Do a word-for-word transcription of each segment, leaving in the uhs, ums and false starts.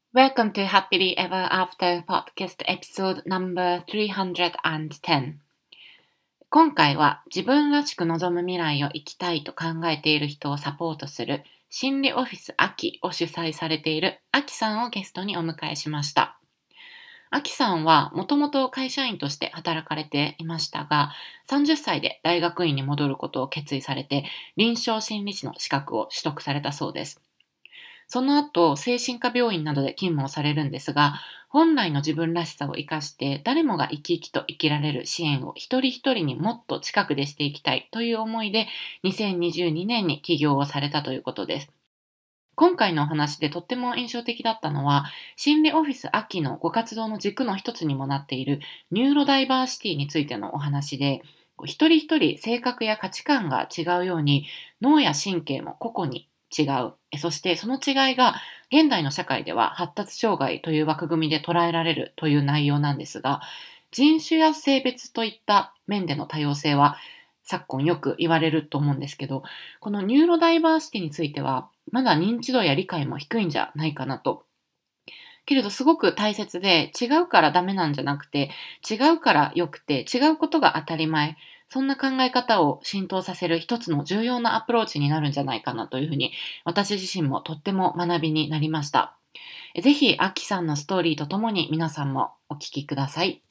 Welcome to Happily Ever After Podcast Episode ナンバーさんびゃくじゅう。今回は自分らしく望む未来を生きたいと考えている人をサポートする心理オフィスアキを主催されているアキさんをゲストにお迎えしました。アキさんはもともと会社員として働かれていましたが、さんじゅっさいで大学院に戻ることを決意されて臨床心理士の資格を取得されたそうです。その後、精神科病院などで勤務をされるんですが、本来の自分らしさを生かして誰もが生き生きと生きられる支援を一人一人にもっと近くでしていきたいという思いでにせんにじゅうにねんに起業をされたということです。今回のお話でとっても印象的だったのは、心理オフィス秋のご活動の軸の一つにもなっているニューロダイバーシティについてのお話で、一人一人性格や価値観が違うように脳や神経も個々に違う。そしてその違いが現代の社会では発達障害という枠組みで捉えられるという内容なんですが、人種や性別といった面での多様性は昨今よく言われると思うんですけど、このニューロダイバーシティについてはまだ認知度や理解も低いんじゃないかなと。けれどすごく大切で、違うからダメなんじゃなくて、違うから良くて、違うことが当たり前。そんな考え方を浸透させる一つの重要なアプローチになるんじゃないかなというふうに、私自身もとっても学びになりました。ぜひ、アキさんのストーリーとともに皆さんもお聞きください。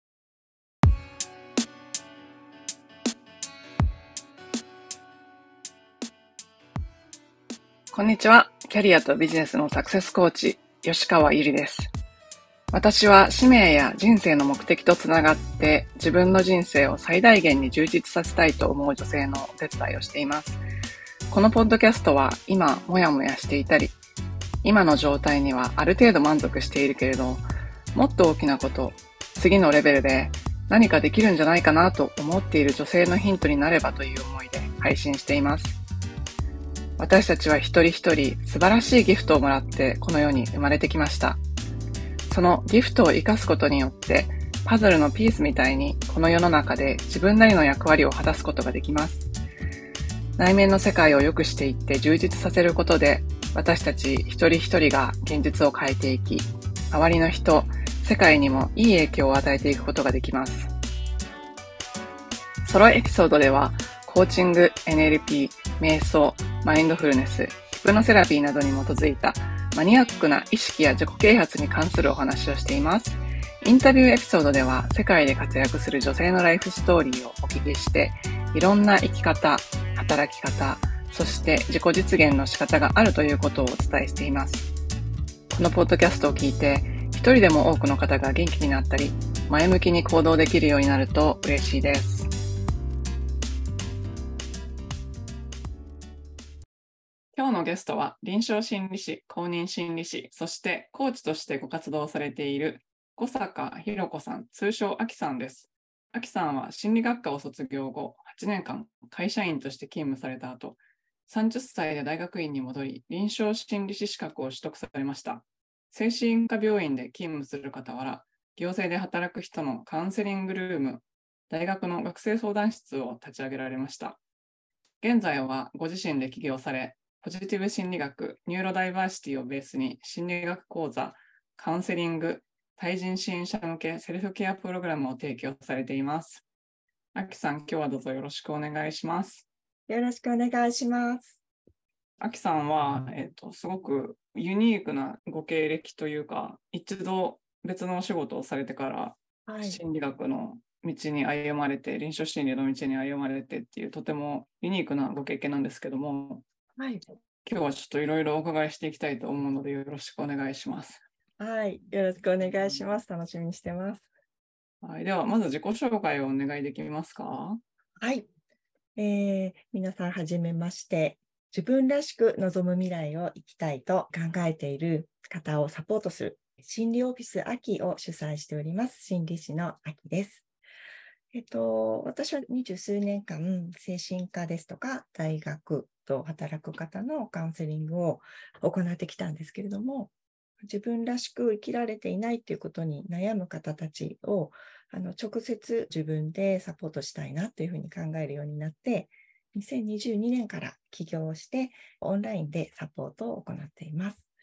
こんにちは。キャリアとビジネスのサクセスコーチ、吉川ゆりです。私は使命や人生の目的とつながって自分の人生を最大限に充実させたいと思う女性のお手伝いをしています。このポッドキャストは今もやもやしていたり、今の状態にはある程度満足しているけれど、もっと大きなこと、次のレベルで何かできるんじゃないかなと思っている女性のヒントになればという思いで配信しています。私たちは一人一人素晴らしいギフトをもらってこの世に生まれてきました。そのギフトを生かすことによってパズルのピースみたいにこの世の中で自分なりの役割を果たすことができます。内面の世界を良くしていって充実させることで私たち一人一人が現実を変えていき、周りの人、世界にもいい影響を与えていくことができます。ソロエピソードではコーチング、エヌエルピー、瞑想、マインドフルネス、ヒプノセラピーなどに基づいたマニアックな意識や自己啓発に関するお話をしています。インタビューエピソードでは世界で活躍する女性のライフストーリーをお聞きして、いろんな生き方、働き方、そして自己実現の仕方があるということをお伝えしています。このポッドキャストを聞いて、一人でも多くの方が元気になったり、前向きに行動できるようになると嬉しいです。今日のゲストは臨床心理士、公認心理士、そしてコーチとしてご活動されている小坂弘子さん、通称あきさんです。あきさんは心理学科を卒業後、はちねんかん会社員として勤務された後、さんじゅっさいで大学院に戻り、臨床心理士資格を取得されました。精神科病院で勤務する傍ら、行政で働く人のカウンセリングルーム、大学の学生相談室を立ち上げられました。現在はご自身で起業され、ポジティブ心理学、ニューロダイバーシティをベースに心理学講座、カウンセリング、対人支援者向けセルフケアプログラムを提供されています。あきさん、今日はどうぞよろしくお願いします。 よろしくお願いします。 あきさんは、えーと、すごくユニークなご経歴というか、一度別のお仕事をされてから、はい、心理学の道に歩まれて、臨床心理の道に歩まれてっていう、とてもユニークなご経験なんですけども、はい、今日はちょっといろいろお伺いしていきたいと思うのでよろしくお願いします。 はい、よろしくお願いします。楽しみにしてます。 はい、ではまず自己紹介をお願いできますか。 はい、えー、皆さんはじめまして。自分らしく望む未来を生きたいと考えている方をサポートする心理オフィスアキを主催しております。心理師のアキです。えっと、私は二十数年間、精神科ですとか、大学と働く方のカウンセリングを行ってきたんですけれども、自分らしく生きられていないということに悩む方たちをあの直接自分でサポートしたいなというふうに考えるようになって、にせんにじゅうにねんから起業してオンラインでサポートを行っています。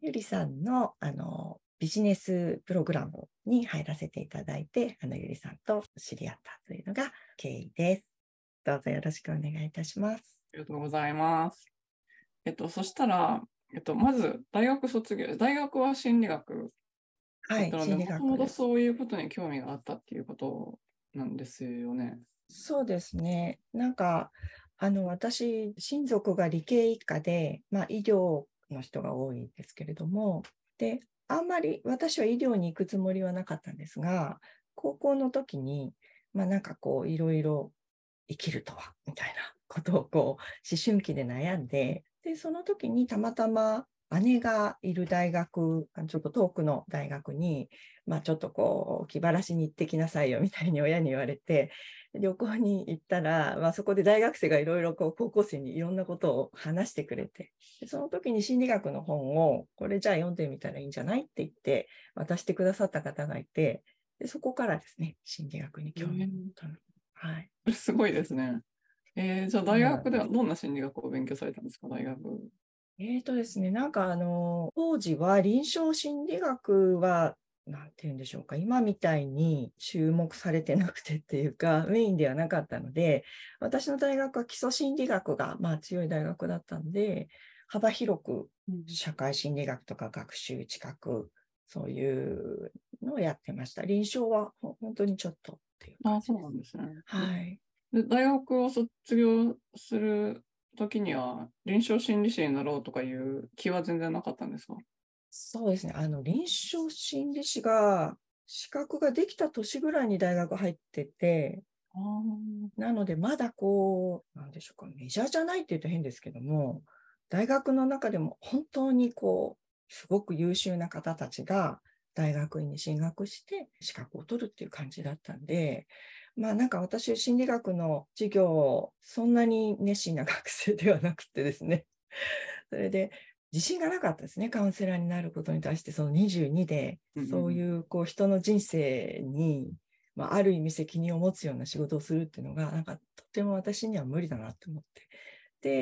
ゆりさんの、あの、ビジネスプログラムに入らせていただいて、あの、ゆりさんと知り合ったというのが経緯です。どうぞよろしくお願いいたします。 ありがとうございます。えっと、そしたら、えっと、まず、大学卒業、大学は心理学はい、 だったので、 心理もともと学です。 そういうことに興味があったっていうことなんですよね。 そうですね。なんか、あの、私、親族が理系一家で、まあ、医療の人が多いですけれども、で、あんまり私は医療に行くつもりはなかったんですが、高校の時に、まあ、なんかこう、いろいろ生きるとは、みたいなことをこう、思春期で悩んで、で、その時にたまたま姉がいる大学、ちょっと遠くの大学に、まあちょっとこう、気晴らしに行ってきなさいよみたいに親に言われて、旅行に行ったら、まあそこで大学生がいろいろこう、高校生にいろんなことを話してくれて、でその時に心理学の本を、これじゃあ読んでみたらいいんじゃないって言って渡してくださった方がいて、でそこからですね、心理学にえ興味を持っー、 たの。はい。 すごいですね。えー、じゃあ大学ではどんな心理学を勉強されたんですか、大学。 えーとですね、なんかあの、当時は臨床心理学は、なんて言うんでしょうか、今みたいに注目されてなくてっていうか、メインではなかったので、私の大学は基礎心理学が、まあ、強い大学だったんで、幅広くうん、 社会心理学とか学習知覚、そういうのをやってました。臨床はほ本当にちょっとっていう感ああ、そうじです。 なんですね。 はい。 で、大学を卒業するときには、臨床心理士になろうとかいう気は全然なかったんですか？ そうですね。あの、臨床心理士が、資格ができた年ぐらいに大学入ってて、 ああ、 なので、まだこう、なんでしょうか、メジャーじゃないって言うと変ですけども、大学の中でも本当にこう、すごく優秀な方たちが大学院に進学して資格を取るっていう感じだったんで、まあなんか私、心理学の授業、そんなに熱心な学生ではなくてですね、それで、自信がなかったですね、カウンセラーになることに対して、そのにじゅうにで、 うんうんうん。 そういうこう人の人生に、まあ、ある意味責任を持つような仕事をするっていうのが、なんかとても私には無理だなと思って、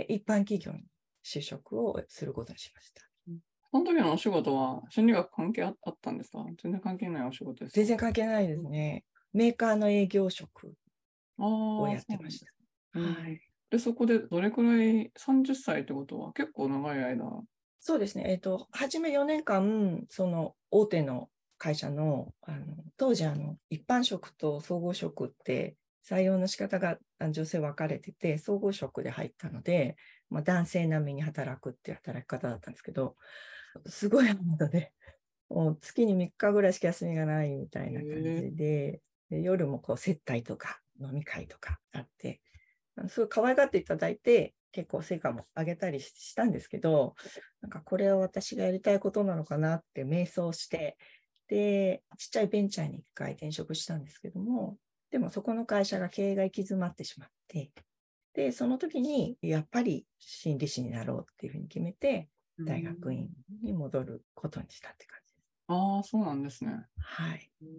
で、一般企業に就職をすることにしました。 その時のお仕事は心理学関係ああったんですか？全然関係ないお仕事ですか？ 全然関係ないですね。メーカーの営業職をああ、 やってました。 そうなんです。えー、 はい。 で、そこでどれくらい、さんじゅっさいってことは結構長い間。 そうですね。えっと、初めよねんかん、その大手の会社の、あの、当時あの、一般職と総合職って採用の仕方があ女性分かれてて、総合職で入ったので、まあ、男性並みに働くっていう働き方だったんですけど、すごいので、もう月にみっかぐらいしか休みがないみたいな感ええ、 じで、で夜もこう接待とか飲み会とかあって、すごい可愛がっていただいて、結構成果も上げたりしたんですけど、なんかこれは私がやりたいことなのかなって迷走して、で、ちっちゃいベンチャーに一回転職したんですけども、でもそこの会社が経営が行き詰まってしまって、で、その時にやっぱり心理師になろうっていうふうに決めて、 う大学院ん。 に戻ることにしたって感じです。 ああ、そうなんですね。 はい。 うん、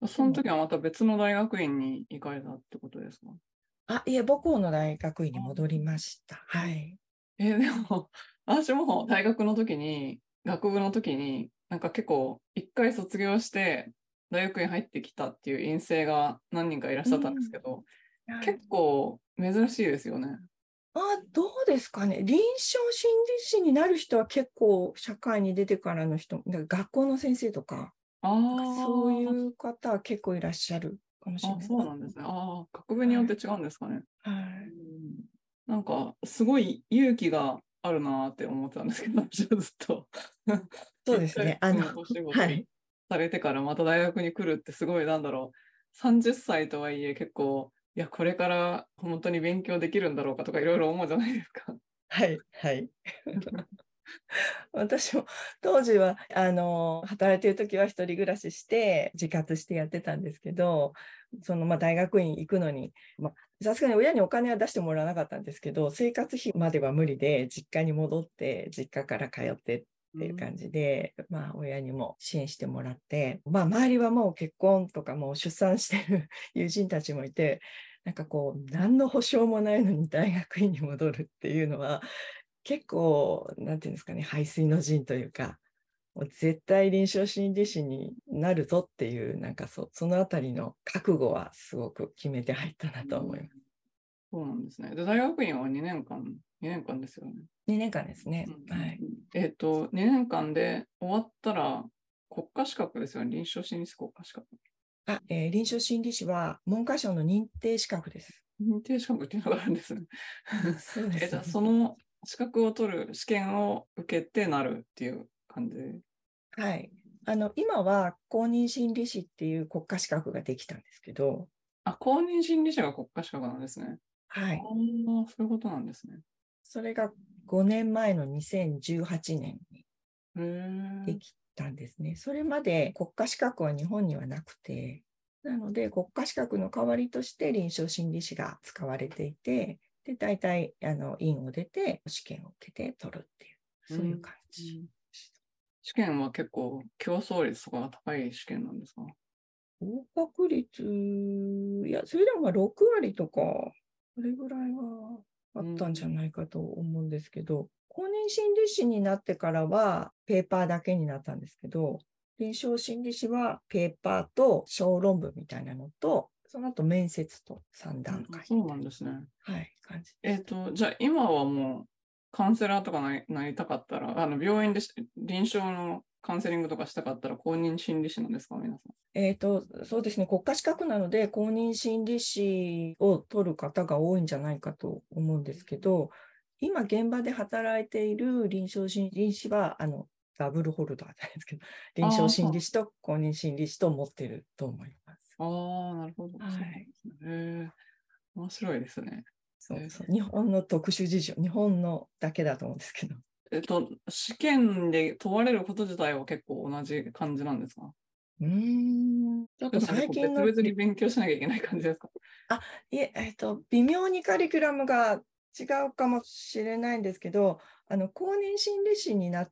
でも、 その時はまた別の大学院に行かれたってことですか？ あ、いえ、母校の大学院に戻りました。はい。 えーでも、私も大学の時に、学部の時に、なんか結構、一回卒業して、大学院入ってきたっていう院生が何人かいらっしゃったんですうん。 けど、 はい。 結構珍しいですよね。 あ、どうですかね。臨床心理士になる人は結構社会に出てからの人、なんか学校の先生とか、なんかそういあう方は結構いらっしゃるかもしれあ、あ、 ない。あ、 そうなんですね。ああ、学部によってはい。 違うんですかね。 はうい。 ん、なんか、すごい勇気があるなーって思ってたんですけど、私はずっと一回、 そうですね。あの、 うん、お仕事いはい。 されてからまた大学に来るってすごい、なんだろう、さんじゅっさいとはいえ結構、いや、これから本当に勉強できるんだろうかとかいろいろ思うじゃないですか。 はい。はい。私も当時は、あの、働いている時は一人暮らしして、自活してやってたんですけど、その、まあ、大学院行くのに、まあ、さすがに親にお金は出してもらわなかったんですけど、生活費までは無理で、実家に戻って、実家から通ってっていう感うん、 じで、まあ、親にも支援してもらって、まあ、周りはもう結婚とかもう出産してる友人たちもいて、なんかこう、何の保証もないのに大学院に戻るっていうのは、結構、なんていうんですかね、背水の陣というか、 もう絶対臨床心理士になるぞっていう、なんか そ, そのあたりの覚悟はすごく決めて入ったなと思います。 うん、そうなんですね。で、大学院はにねんかん、にねんかんですよね。 にねんかんですね。 うん、 はい。 えっ、と、にねんかんで終わったら国家資格ですよね。臨床心理士国家資格。 あ、えー、臨床心理士は文科省の認定資格です。 認定資格っていうのがあるんですね。 そうです、ね。 えじゃあその資格を取る試験を受けてなるっていう感じで。 はい。あの、今は公認心理士っていう国家資格ができたんですけど。 あ、公認心理士が国家資格なんですね。 はい。 ああ、そういうことなんですね。 それがごねんまえのにせんじゅうはちねんにでへきたんですね。それまで国家資格は日本にはなくて、なので国家資格の代わりとして臨床心理士が使われていて、で、大体、あの、院を出て試験を受けて取るっていう、そういう感じ。 うん、試験は結構競争率とかが高い試験なんですか？ 合格率、いや、それでもまあろくわりとか、それぐらいはあったんじゃないかと思うんですけど、公認心理士になってからはペーパーだけになったんですけど、臨床心理士はペーパーと小論文みたいなのと、その後面接とさんだんかい。 そうなんですね。 はい、感じえっ、と、じゃあ今はもうカウンセラーとかなりなりたかったら、あの病院で臨床のカウンセリングとかしたかったら公認心理士なんですか、皆さん。 えっと、そうですね、国家資格なので公認心理士を取る方が多いんじゃないかと思うんですけど、今現場で働いている臨床心理士は、あの、ダブルホルダーじゃないですけど、臨床心理士と公認心理士と持ってると思います。 ああ、なるほど。 はい。 そうなんですね。へえ、面白いですね。 そうそう、日本の特殊事情、日本のだけだと思うんですけど。 えっと、試験で問われること自体は結構同じ感じなんですか？ うーん、ちょっと最近の、 別々に勉強しなきゃいけない感じですか？ あ、いえ、えっと、微妙にカリキュラムが違うかもしれないんですけど、あの、公認心理師になって、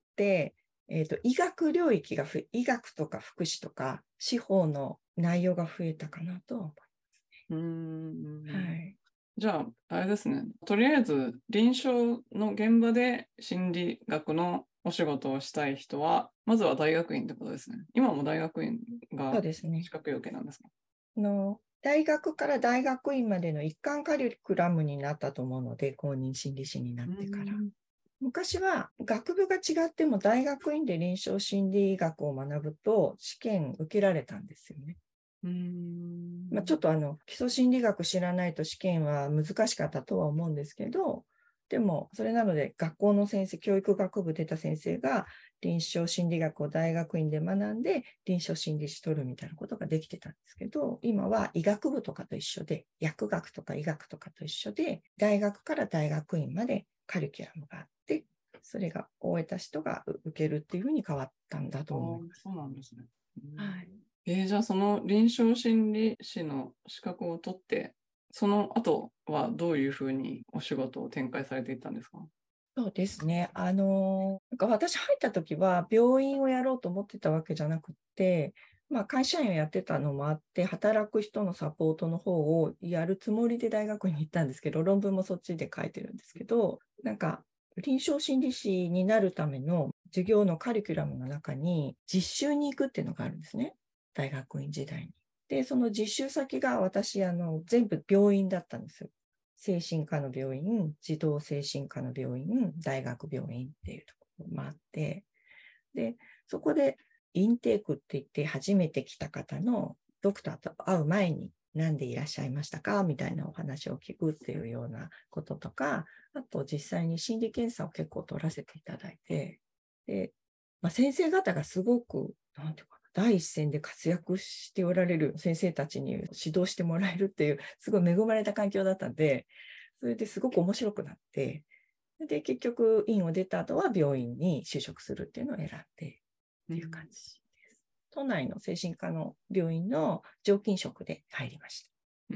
えっと、医学領域がふ、医学とか福祉とか、司法の内容が増えたかなと思います。 うーん。 はい。 じゃあ、あれですね。とりあえず、臨床の現場で心理学のお仕事をしたい人は、まずは大学院ってことですね。今も大学院そうがですね。 資格要件なんですか？ あの、大学から大学院までの一貫カリキュラムになったと思うので、公認心理師になってから。昔は学部が違っても大学院で臨床心理学を学ぶと試験受けられたんですよね。 うーん、 まあ、ちょっとあの基礎心理学知らないと試験は難しかったとは思うんですけど、でもそれなので学校の先生、教育学部出た先生が臨床心理学を大学院で学んで臨床心理士取るみたいなことができてたんですけど、今は医学部とかと一緒で、薬学とか医学とかと一緒で、大学から大学院までカリキュラムがあって、それが終えた人が受けるっていうふうに変わったんだと思います。 そうなんですね。 はい。 えー、じゃあその臨床心理士の資格を取って、その後はどういうふうにお仕事を展開されていったんですか？ そうですね。あの、なんか私入った時は病院をやろうと思ってたわけじゃなくて、まあ会社員をやってたのもあって、働く人のサポートの方をやるつもりで大学に行ったんですけど、論文もそっちで書いてるんですけど、なんか臨床心理士になるための授業のカリキュラムの中に実習に行くっていうのがあるんですね。大学院時代に。で、その実習先が私、あの、全部病院だったんですよ。精神科の病院、児童精神科の病院、大学病院っていうところもあって、で、そこでインテークって言って初めて来た方のドクターと会う前に何でいらっしゃいましたかみたいなお話を聞くっていうようなこととか、あと実際に心理検査を結構取らせていただいて、で、まあ、先生方がすごく、なんていうか、第一線で活躍しておられる先生たちに指導してもらえるっていう、すごい恵まれた環境だったんで、それですごく面白くなって、で、結局、院を出た後は病院に就職するっていうのを選んでっていう感じです。うん、都内の精神科の病院の常勤職で入りました。 うん、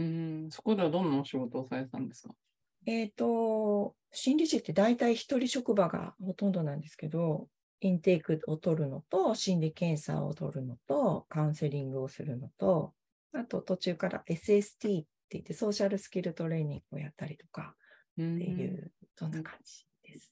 そこではどんなお仕事をされたんですか？ えっと、心理師って大体一人職場がほとんどなんですけど、インテークを取るのと、心理検査を取るのと、カウンセリングをするのと、あと途中から エスエスティー って言ってソーシャルスキルトレーニングをやったりとかっていう、そんな感じです。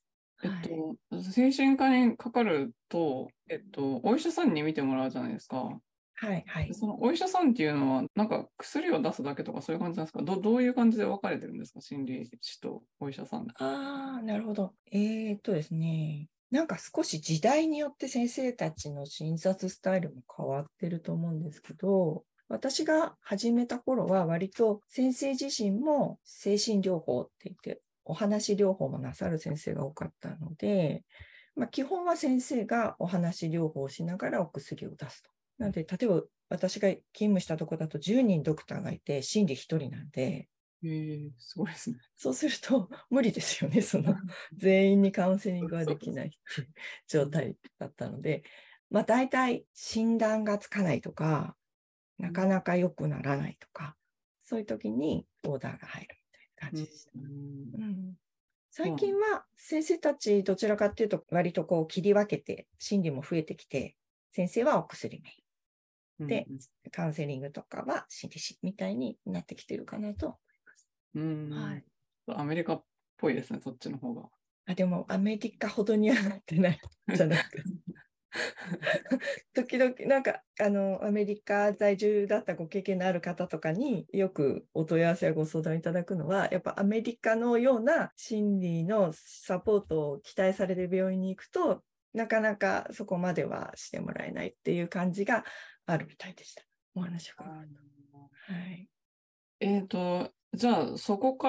えっはい。 と、精神科にかかると、えっと、お医者さんに見てもらうじゃないですか。 はい。はでい。 そのお医者さんっていうのは、なんか薬を出すだけとかそういう感じなんですか？ど、どういう感じで分かれてるんですか？心理師とお医者さん。 ああ、なるほど。えーっとですね。なんか少し時代によって先生たちの診察スタイルも変わってると思うんですけど、私が始めた頃は割と先生自身も精神療法って言って、お話療法もなさる先生が多かったので、まあ、基本は先生がお話療法をしながらお薬を出すと。なので、例えば私が勤務したところだとじゅうにんドクターがいて、心理ひとりなんで、 えー、すごいですね。 そうすると無理ですよね。その全員にカウンセリングはできないっていう状態だったので、まあ大体診断がつかないとか、なかなか良くならないとか、そういう時にオーダーが入るみたいな感うんじでした。 うん、 うん、最そうなん近は先生たちどちらかっていうと割とこう切り分けて心理も増えてきて、先生はお薬メインで、 うんカウンセリングとかは心理師みたいになってきてるかなと思います。 うん、 はい。 アメリカっぽいですね、そっちの方が。 あ、でもアメリカほどにはなってないじゃないか。時々、なんか、あの、アメリカ在住だったご経験のある方とかによくお問い合わせやご相談いただくのは、やっぱアメリカのような心理のサポートを期待される病院に行くと、なかなかそこまではしてもらえないっていう感じがあるみたいでした。お話を伺うと。はい。 えっと、じゃあ、そこから、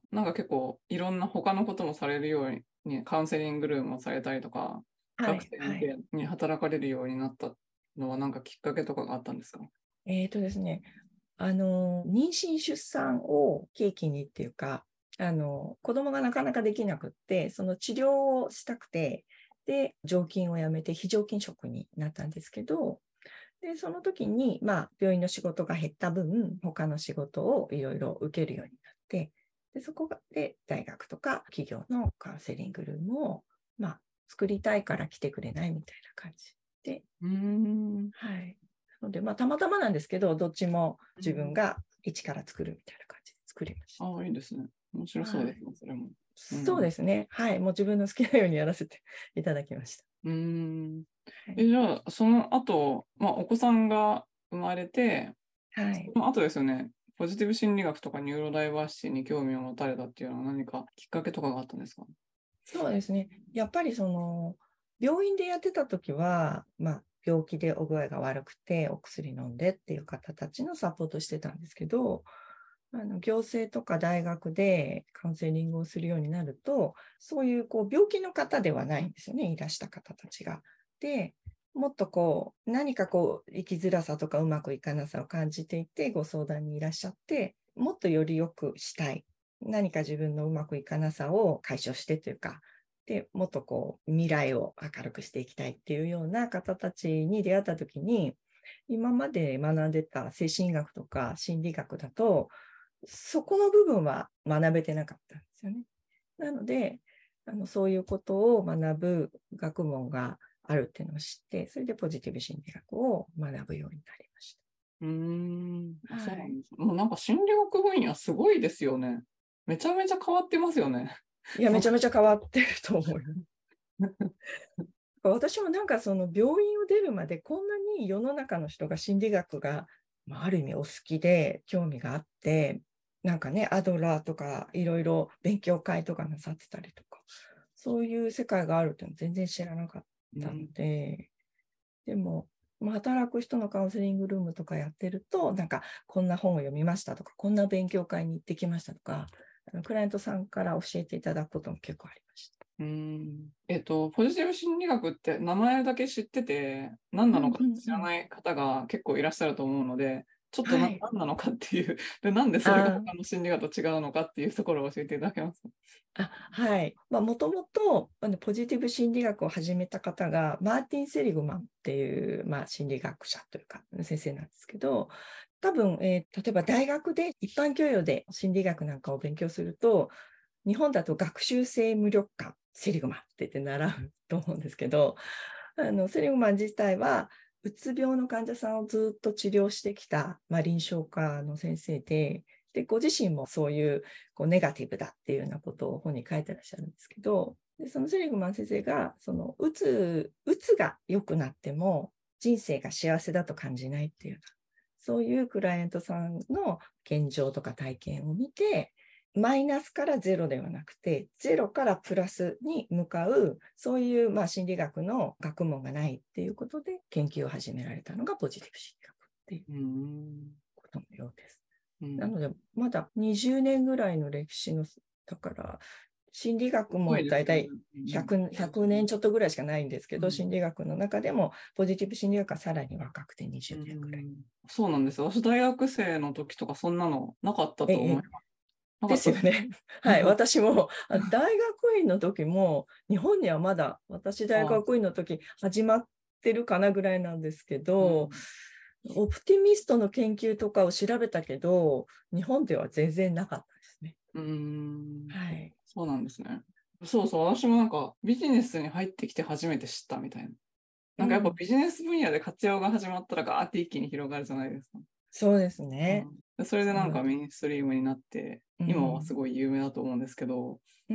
なんか結構、いろんな他のこともされるように、カウンセリングルームをされたりとか、学はい。はい。 生向けに働かれるようになったのは、なんかきっかけとかがあったんですか？ えーとですね、あの、妊娠出産を契機にっていうか、あの、子供がなかなかできなくって、その治療をしたくて、で、常勤を辞めて非常勤職になったんですけど、で、その時に、まあ、病院の仕事が減った分、他の仕事をいろいろ受けるようになって、で、そこで大学とか企業のカウンセリングルームを、まあ、作りたいから来てくれないみたいな感じで、 うーん。 はい。なので、まあ、たまたまなんですけど、どっちも自分が一から作るみたいな感じで作りましああ、いいですね。面た。 白そうはい。 ですね、それも。うそうでん。 すね。はい。もう自分の好きなようにやらせていただきました。 うーん。え、 はい。 じゃあ、その後、まあ、お子さんが生まれて、 はい。 その後ですよね、ポジティブ心理学とかニューロダイバーシティに興味を持たれたっていうのは何かきっかけとかがあったんですか？ そうですね。やっぱりその、病院でやってた時は、まあ、病気でお具合が悪くてお薬飲んでっていう方たちのサポートしてたんですけど、あの行政とか大学でカウンセリングをするようになると、そういうこう病気の方ではないんですよね、いらした方たちが。で、もっとこう、何かこう、生きづらさとかうまくいかなさを感じていて、ご相談にいらっしゃって、もっとより良くしたい。何か自分のうまくいかなさを解消してというか、で、もっとこう、未来を明るくしていきたいっていうような方たちに出会ったときに、今まで学んでた精神医学とか心理学だと、そこの部分は学べてなかったんですよね。なので、あのそういうことを学ぶ学問があるっていうのを知って、それでポジティブ心理学を学ぶようになりましうーん。 た。 あ、そうはい。 なんです。もうなんか心理学分野すごいですよね。めちゃめちゃ変わってますよね。 いや、めちゃめちゃ変わってると思います。私もなんかその病院を出るまでこんなに世の中の人が心理学が、まあ、ある意味お好きで興味があって、なんかね、アドラーとかいろいろ勉強会とかなさってたりとか、そういう世界があるっていうの全然知らなかったのうん。 で、でも、まあ、働く人のカウンセリングルームとかやってると、なんかこんな本を読みましたとか、こんな勉強会に行ってきましたとか、あのクライアントさんから教えていただくことも結構ありました。 うーん。えっと、ポジティブ心理学って名前だけ知ってて、何なのうんか知らうんうん。 ない方が結構いらっしゃると思うので、ちょっとな、 はい。 何なのかっていう、で、なんでそれがあ他の心理学と違うのかっていうところを教えていただけますか？ あ、はい。まあ、もともと、あの、ポジティブ心理学を始めた方が、マーティン・セリグマンっていう、まあ、心理学者というか、先生なんですけど、多分、えー例えば大学で一般教養で心理学なんかを勉強すると、日本だと学習性無力感、セリグマンって言って習うと思うんですけど、あの、セリグマン自体は、うつ病の患者さんをずっと治療してきた、まあ、臨床科の先生で、で、ご自身もそういうこうネガティブだっていうようなことを本に書いてらっしゃるんですけど、 で、そのセリグマン先生が、その、うつ、うつが良くなっても、人生が幸せだと感じないっていう、そういうクライアントさんの現状とか体験を見て、マイナスからゼロではなくて、ゼロからプラスに向かう、そういう、まあ、心理学の学問がないっていうことで研究を始められたのがポジティブ心理学っていうことのようです。うん、なので、まだにじゅうねんぐらいの歴史の、だから、心理学もだいたいひゃく、ひゃくねんちょっとぐらいしかないんですけど、うん、心理学の中でもポジティブ心理学はさらに若くてにじゅうねんぐらい。うん、 そうなんですよ。私大学生の時とかそんなのなかったと思います。 ですよね。はい。私も、大学院の時も、日本にはまだ、私大学院の時始まってるかなぐらいなんですけど、うん、オプティミストの研究とかを調べたけど、日本では全然なかったですね。 うーん。 はい。 そうなんですね。そうそう、私もなんかビジネスに入ってきて初めて知ったみたいな。なんかやっぱビジネス分野で活用が始まったらガーって一気に広がるじゃないですか。 そうですね。 うん、それでなんかメインストリームになって、今はすごい有名だと思うんですけど、 うん。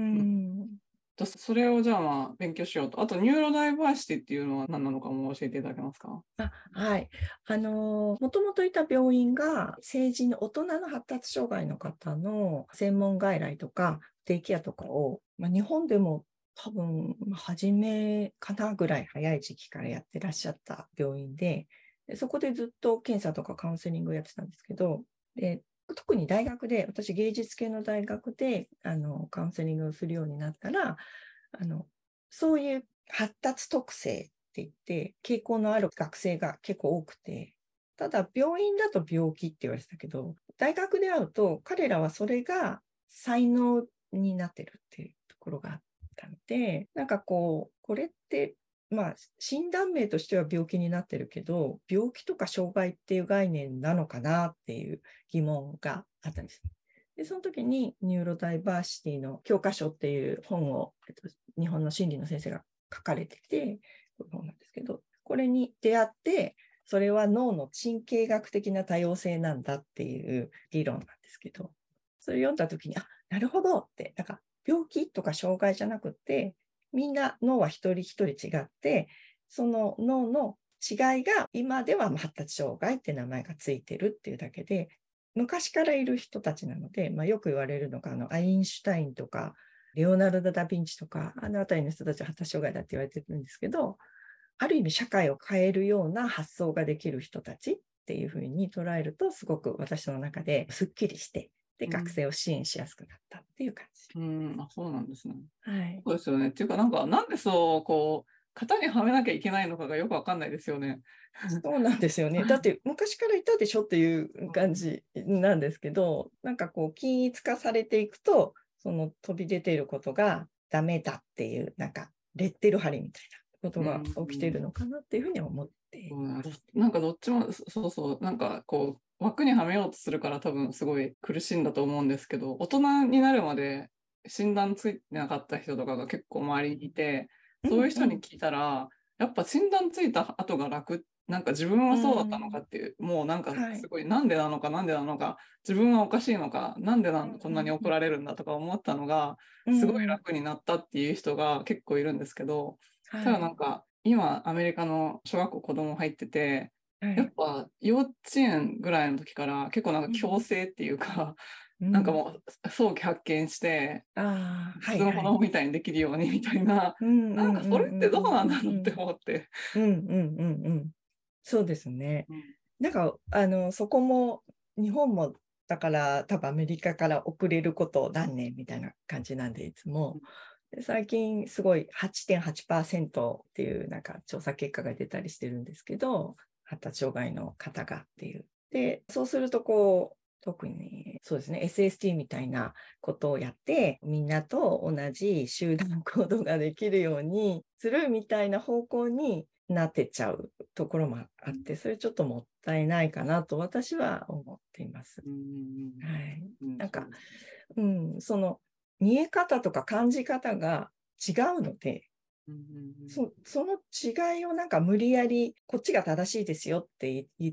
うん、それをじゃあまあ勉強しようと。あとニューロダイバーシティっていうのは何なのかも教えていただけますか？ あ、はい。あの、もともといた病院が成人の大人の発達障害の方の専門外来とかデイケアとかを、まあ、日本でも多分初めかなぐらい早い時期からやってらっしゃった病院で、でそこでずっと検査とかカウンセリングをやってたんですけど、で特に大学で、私芸術系の大学であのカウンセリングをするようになったら、あのそういう発達特性って言って、傾向のある学生が結構多くて、ただ病院だと病気って言われてたけど、大学で会うと彼らはそれが才能になってるっていうところがあったので、なんかこう、これって、まあ、診断名としては病気になってるけど、病気とか障害っていう概念なのかなっていう疑問があったんです。で、その時にニューロダイバーシティの教科書っていう本を、えっと、日本の心理の先生が書かれてて、こうなんですけど、これに出会って、それは脳の神経学的な多様性なんだっていう理論なんですけど、それを読んだときに、あ、なるほどって、なんか病気とか障害じゃなくて、みんな脳は一人一人違って、その脳の違いが今では発達障害って名前がついてるっていうだけで、昔からいる人たちなので、まあ、よく言われるのが、あの、アインシュタインとか、レオナルド・ダ・ヴィンチとか、あのあたりの人たちは発達障害だって言われてるんですけど、ある意味社会を変えるような発想ができる人たちっていうふうに捉えると、すごく私の中ですっきりして、で、学生を支援しやすくなったっていう感じ。 うん、うん、あ、そうなんですね。 はい。 そうですよね。っていうか、なんか、なんでそう、こう、型にはめなきゃいけないのかがよくわかんないですよね。 そうなんですよね。だって昔からいたでしょっていう感じなんですけど、なんかこう均一化されていくと、その飛び出ていることがダメだっていう、なんかレッテル貼りみたいなことが起きているのかなっていうふうに思っています。 うん、なんかどっちも、そうそう、なんかこう、枠にはめようとするから多分すごい苦しいんだと思うんですけど、大人になるまで診断ついてなかった人とかが結構周りにいて、そういう人に聞いたら、うんうん、やっぱ診断ついた後が楽、なんか自分はそうだったのかっていう、うん、もうなんかすごい、なんでなのかなんでなのか、自分はおかしいのか、なんでなんこんなに怒られるんだとか思ったのが、すごい楽になったっていう人が結構いるんですけど、ただなんか、今アメリカの小学校子供入ってて、やっぱ幼稚園ぐらいの時から結構なんか強制っていうか、うん、なんかもう早期発見して、普通の子供みたいにできるようにみたいな、なんかそれってどうなんだろうって思って。 うんうんうんうん。そうですね。うん、なんか、あの、そこも、日本も、だから多分アメリカから遅れること何年みたいな感じなんで、いつも。で最近すごい はちてんはちパーセント っていうなんか調査結果が出たりしてるんですけど、発達障害の方がっていう。で、そうするとこう、特にそうですね、エスエスティー みたいなことをやって、みんなと同じ集団行動ができるようにするみたいな方向になってっちゃうところもあって、それちょっともったいないかなと私は思っています。はい。なんか、うん、その、見え方とか感じ方が違うので、そ, その違いをなんか無理やりこっちが正しいですよって言って、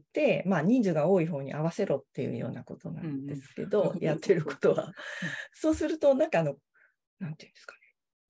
まあ人数が多い方に合わせろっていうようなことなんですけど、うんうん、やってることは。そうするとなんかあの、なんていうんですかね。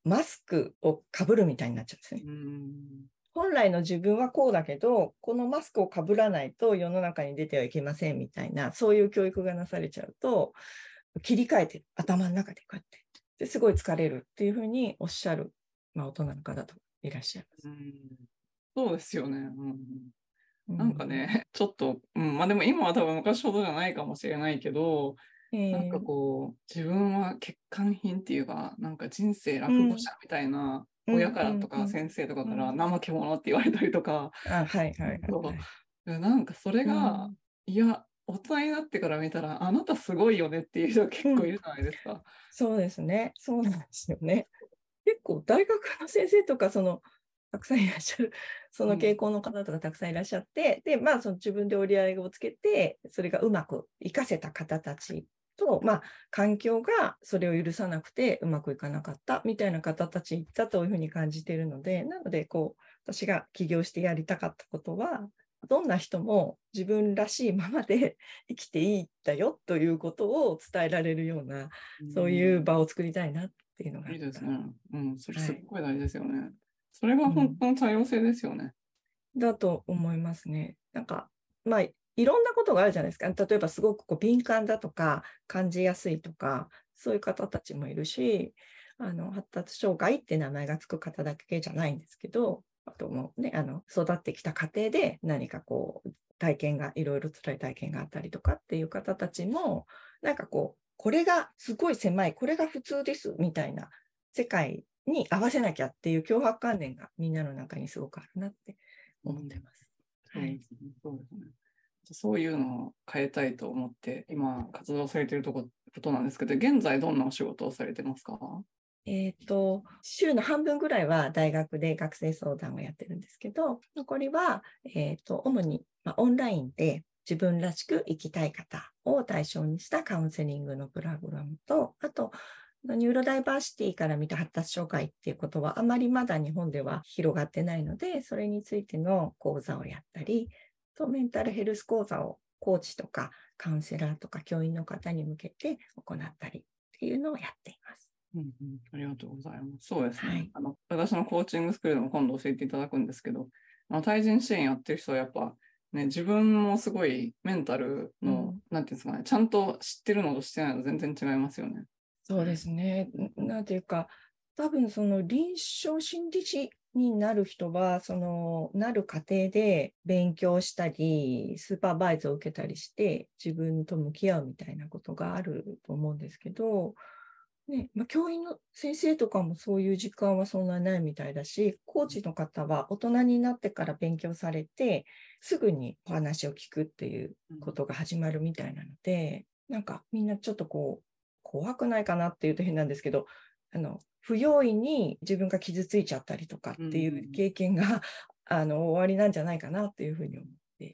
マスクをかぶるみたいになっちゃうんですね。 うん本来の自分はこうだけど、このマスクをかぶらないと世の中に出てはいけませんみたいな、そういう教育がなされちゃうと、切り替えて頭の中でこうやって、ですごい疲れるっていうふうにおっしゃる、まあ、大人の方といらっしゃいます。 うんそうですよね。うんうん、 なんかね、ちょっと、うん、まあでも今は多分昔ほどじゃないかもしれないけど、なんかえーこう、自分は欠陥品っていうか、なんか人生うん落語者みたいな、 うんう親からとんうんか先生とかからうん怠け者って言われたりとか、 あ、はいはいはいそはい。 うなんかそれが、 うんいや、大人になってから見たら、あなたすごいよねっていう人が結うん、 構いるじゃないですか。 そうですね。そうなんですよね。結構大学の先生とか、その、たくさんいらっしゃる、その傾うん向の方とかたくさんいらっしゃって、で、まあ、その自分で折り合いをつけて、それがうまく活かせた方たちと、まあ、環境がそれを許さなくてうまくいかなかったみたいな方たちだというふうに感じているので、なので、こう、私が起業してやりたかったことは、どんな人も自分らしいままで生きていいんだよということを伝えられるような、そういう場を作りたいなっていうのがあった。 いいですね。うん、それすっはい。 ごい大事ですよね。それが本うん。 当の多様性ですよね。 だと思いますね。なんか、まあ、いろんなことがあるじゃないですか。例えばすごくこう敏感だとか、感じやすいとか、そういう方たちもいるし、あの、発達障害って名前がつく方だけじゃないんですけど、あともうね、あの、育ってきた過程で何かこう、体験が、いろいろ辛い体験があったりとかっていう方たちも、なんかこう、これがすごい狭い、これが普通です、みたいな世界に合わせなきゃっていう強迫観念がみんなの中にすごくあるなって思ってます。はい。 そうですね。そうですね。そういうのを変えたいと思って、今活動されているとこことなんですけど、現在どんなお仕事をされてますか？ えっと、週の半分ぐらいは大学で学生相談をやってるんですけど、残りは、えっと、主に、まあ、オンラインで自分らしく生きたい方を対象にしたカウンセリングのプログラムと、あと、ニューロダイバーシティから見た発達障害っていうことはあまりまだ日本では広がってないので、それについての講座をやったり、とメンタルヘルス講座をコーチとかカウンセラーとか教員の方に向けて行ったりっていうのをやっています。 うんうん、ありがとうございます。そうですね。 はい。 あの私のコーチングスクールでも今度教えていただくんですけど、あの対人支援やってる人はやっぱ、ね、自分もすごいメンタルの、 うん、 なんていうんですかね、ちゃんと知ってるのとしてないの全然違いますよね。 そうですね。なんていうか、多分その臨床心理士になる人は、そのなる過程で勉強したり、スーパーバイズを受けたりして、自分と向き合うみたいなことがあると思うんですけど、ね、まあ、教員の先生とかもそういう時間はそんなにないみたいだし、コーチの方は大人になってから勉強されて、すぐにお話を聞くっていうことが始まるみたいなので、なんかみんなちょっとこう、怖くないかなっていうと変なんですけど、あの、不用意に自分が傷ついちゃったりとかっていう経験が、あの、終わりなんじゃないかなっていうふうに思って。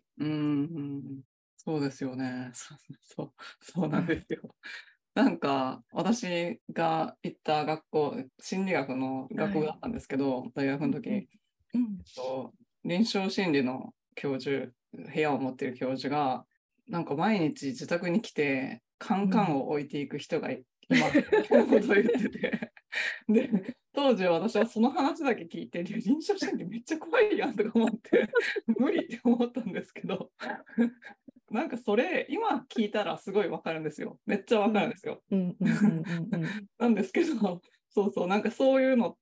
うん、うん、そうですよね。そうそう、そうなんですよ。なんか、私が行った学校、心理学の学はい。 部だったんですけど、大学の時、えっうんうん。 と、臨床心理の教授、部屋を持っている教授が、なんか毎日自宅に来て、カンカンを置いていく人がいますみたいなことを言ってて、で、当時私はその話だけ聞いて、臨床心理めっちゃ怖いやんとか思って、無理って思ったんですけど、なんかそれ、今聞いたらすごいわかるんですよ。めっちゃわかるんですよ。 うんうんうんうんうんなんですけど、そうそう、なんかそういうのって、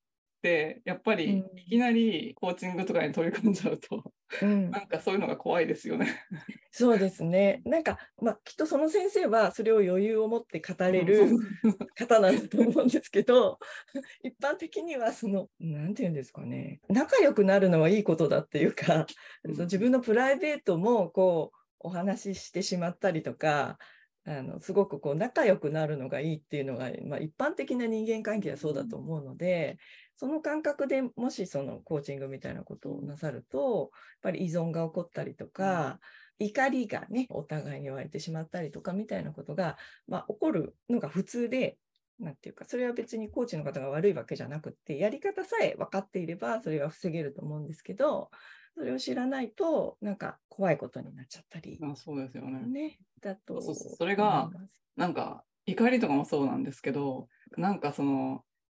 やっぱうんりいきなりコーチングとかに取り込んじゃうと、 うん。 なんかそういうのが怖いですよね。 そうですね。なんか、まあ、きっとその先生はそれを余裕を持って語れうん、そうる方なんだと思うんですけど、一般的にはその、なんていうんですかね、仲良くなるのはいいことだっていうか、 うん、 その自分のプライベートもこう、お話ししてしまったりとか、あのすごくこう仲良くなるのがいいっていうのが、まあ、一般的な人間関係はそうだと思うので、その感覚でもしそのコーチングみたいなことをなさると、やっぱり依存が起こったりとか、怒りがね、お互いに湧いてしまったりとかみたいなことが、まあ、起こるのが普通で、なんていうか、それは別にコーチの方が悪いわけじゃなくって、やり方さえ分かっていれば、それは防げると思うんですけど、それを知らないと、なんか怖いことになっちゃったり、 あ、そうですよね。 ね、だとそうそう、それが、 思います。 なんか怒りとかもそうなんですけど、なんかその、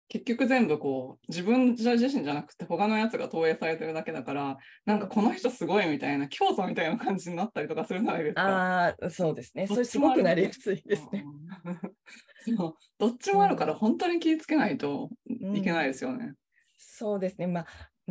結局全部こう自分自身じゃなくて他のやつが投影されてるだけだから、なんかこの人すごいみたいな競争みたいな感じになったりとかするじゃないですか。 ああ、そうですね。 どっそれすごくちもあります。 なりやすいですね。 うんそうどっちうもあるからん、 本当に気をつけないといけないうん、 ですよね。 そうですね。まあ、うん、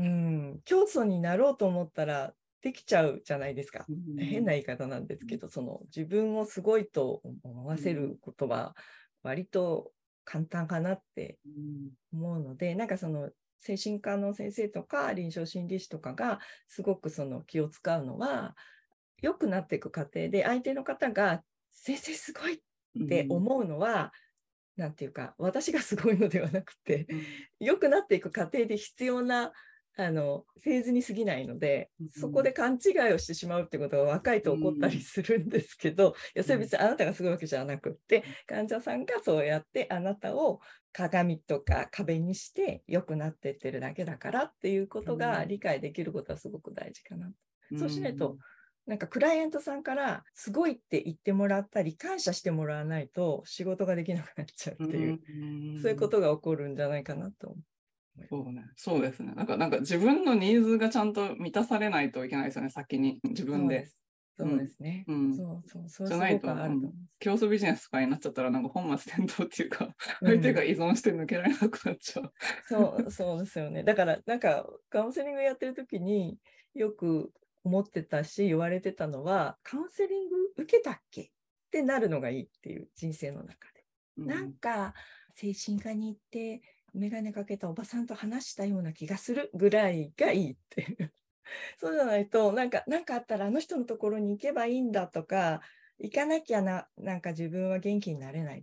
競争になろうと思ったらできちゃうじゃないですか。変なうん言い方なんですけど、その自分をすごいと思わせることは割と簡単かなってうん思うので、なんかその精神科の先生とか臨床心理士とかがすごくその気を使うのは、良くなっていく過程で相手の方が先生すごいって思うのは、なんていうか、私がすごいのではなくて、 うん良くなっていく過程で必要なあのフェーズに過ぎないので、そこで勘違いをしてしまうってことが若いと起こったりするんですけど、いやそれ別にあなたがすごいわけじゃなくって、患者さんがそうやってあなたを鏡とか壁にして良くなっていってるだけだからっていうことが理解できることはすごく大事かな。 うんそうしないと、なんかクライアントさんからすごいって言ってもらったり感謝してもらわないと仕事ができなくなっちゃうっていう、 うんそういうことが起こるんじゃないかなと思いそうね、そうですね。なんか、なんか自分のニーズがちゃんと満たされないといけないですよね、先に自ます。 分で。 そうです。そうですね。 うん。うん。 そうそう、それじゃないと、 すごくあうん、 ると思います。 競争ビジネスとかになっちゃったら、なんか本末転倒っていうか、 う相手がん、 依存して抜けられなくなっちゃう。 そう、そうですよね。だから、なんか、カウンセリングやってる時によく思ってたし、言われてたのは、カウンセリング受けたっけってなるのがいいっていう、人生の中で。 うん、 なんか、精神科に行って、眼鏡かけたおばさんと話したような気がするぐらいがいいっていう。そうじゃないと、なんか、なんかあったらあの人のところに行けばいいんだとか、行かなきゃな、なんか自分は元気になれないって、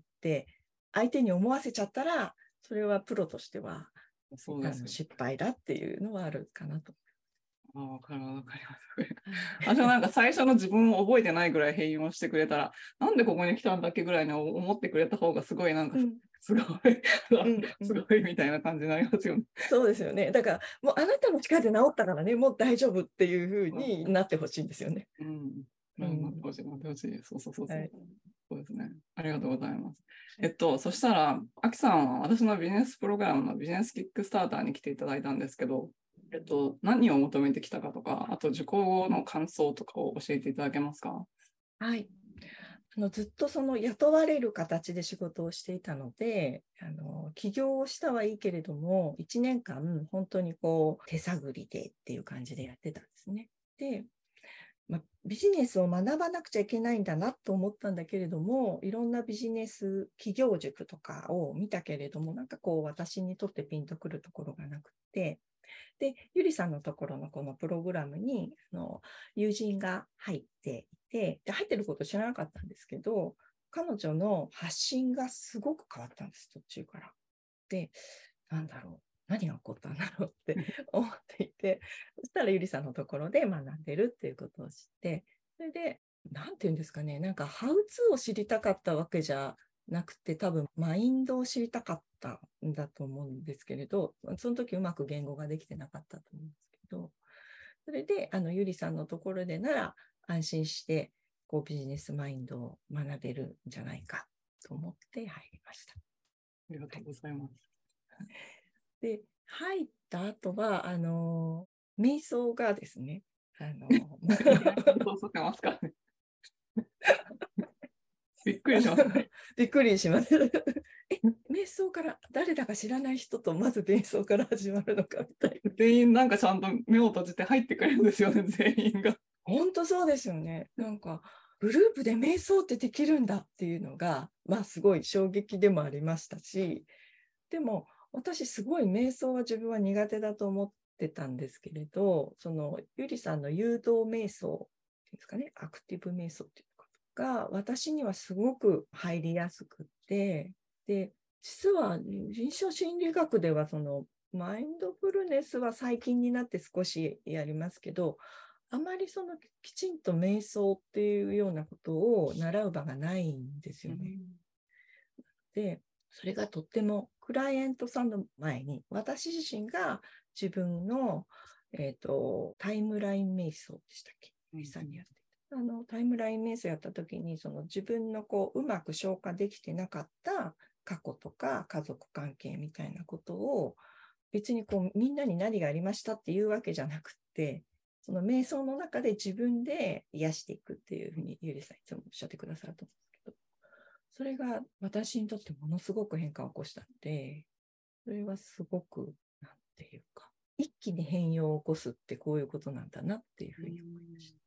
相手に思わせちゃったら、それはプロとしてはあのそうですよ。 失敗だっていうのはあるかなと。 あ、わかるわかります。私はなんか最初の自分を覚えてないぐらい変容してくれたら、なんでここに来たんだっけぐらいに思ってくれた方がすごいなんか、 うん、 すごい、 うん、うすん。 ごいみたいな感じになりますよね。 そうですよね。だから、もうあなたの力で治ったからね、もう大丈夫っていうふうになってほしいんですよね。 うん。 うななってん。 ほしい、なってほしい。そうそうそうそう。 はい。 そうですね。ありがとうございます。 はい。 えっと、そしたら、アキさんは私のビジネスプログラムのビジネスキックスターターに来ていただいたんですけど、えっと、何を求めてきたかとか、あと受講後の感想とかを教えていただけますか？ はい。あのずっとその雇われる形で仕事をしていたので、あの起業をしたはいいけれども、いちねんかん本当にこう手探りでっていう感じでやってたんですね。で、まあ、ビジネスを学ばなくちゃいけないんだなと思ったんだけれども、いろんなビジネス企業塾とかを見たけれども、なんかこう私にとってピンとくるところがなくて、で、ゆりさんのところのこのプログラムにあの友人が入っていて、で、入ってること知らなかったんですけど、彼女の発信がすごく変わったんです、途中から。で、なんだろう。何が起こったんだろうって思っていて、そしたらゆりさんのところで学んでるっていうことを知って、それで、なんていうんですかね、なんかハウツーを知りたかったわけじゃなくて、多分マインドを知りたかったんだと思うんですけれど、その時うまく言語ができてなかったと思うんですけど、それであのゆりさんのところでなら安心してこうビジネスマインドを学べるんじゃないかと思って入りました。 ありがとうございます。 で、入った後は、あの、瞑想がですね、あの、 そうさせますかね。びっくりしますね。 びっくりします。え、瞑想から誰だか知らない人とまず瞑想から始まるのかみたいな。 全員なんかちゃんと目を閉じて入ってくれるんですよね、全員が。 本当そうですよね。なんか、グループで瞑想ってできるんだっていうのが、まあすごい衝撃でもありましたし、でも私すごい瞑想は自分は苦手だと思ってたんですけれど、そのゆりさんの誘導瞑想っていうんですかね、アクティブ瞑想っていうのが私にはすごく入りやすくって、で、実は臨床心理学ではそのマインドフルネスは最近になって少しやりますけど、あまりそのきちんと瞑想っていうようなことを習う場がないんですよね。で、それがとってもクライアントさんの前に私自身が自分の、えーと、タイムライン瞑想でしたっけ、ゆりさんにやってあのタイムライン瞑想やった時にその自分のこううまく消化できてなかった過去とか家族関係みたいなことを別にこうみんなに何がありましたっていうわけじゃなくて、その瞑想の中で自分で癒していくっていうふうにゆりさんいつもおっしゃってくださると思うんですけど、それが私にとってものすごく変化を起こしたので、それはすごくなんていうか一気に変容を起こすってこういうことなんだなっていうふうに思いました。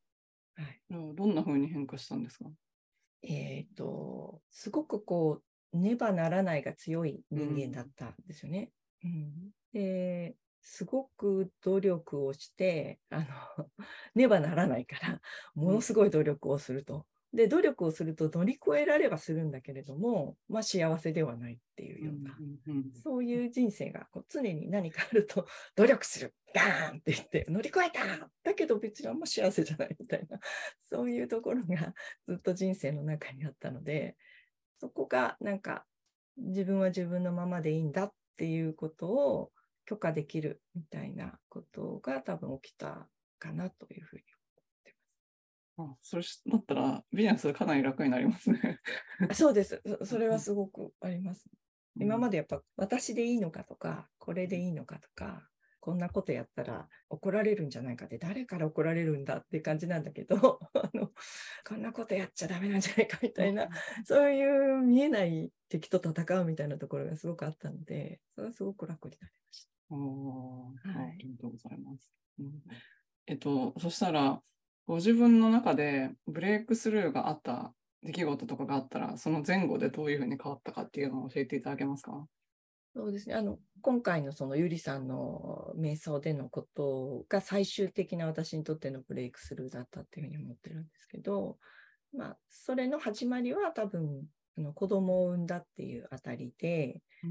はい、 どんなふうに変化したんですか？ えっと、すごくこう、ねばならないが強い人間だったんですよね。うんうん、ですごく努力をして、あの、ねばならないから、ものすごい努力をすると。で、努力をすると乗り越えらればするんだけれども、まあ幸せではないっていうような、うんうんうん、そういう人生がこう常に何かあると努力する、ガーンって言って乗り越えただけど別にあんま幸せじゃないみたいな、そういうところがずっと人生の中にあったので、そこがなんか自分は自分のままでいいんだっていうことを許可できるみたいなことが多分起きたかなというふうにあ、それだったらビジネスかなり楽になりますね。 そうです。それはすごくあります。今までやっぱ私でいいのかとか、これでいいのかとか、こんなことやったら怒られるんじゃないかって、誰から怒られるんだっていう感じなんだけど、あのこんなことやっちゃダメなんじゃないかみたいな、そういう見えない敵と戦うみたいなところがすごくあったので、それはすごく楽になりました。 おー、はい、ありがとうございます。うん、えっと、そしたら、ご自分の中でブレイクスルーがあった出来事とかがあったら、その前後でどういうふうに変わったかっていうのを教えていただけますか？ そうですね。あの、今回のそのゆりさんの瞑想でのことが最終的な私にとってのブレイクスルーだったっていうふうに思ってるんですけど、まあ、それの始まりは多分、あの子供を産んだっていうあたりで、うん、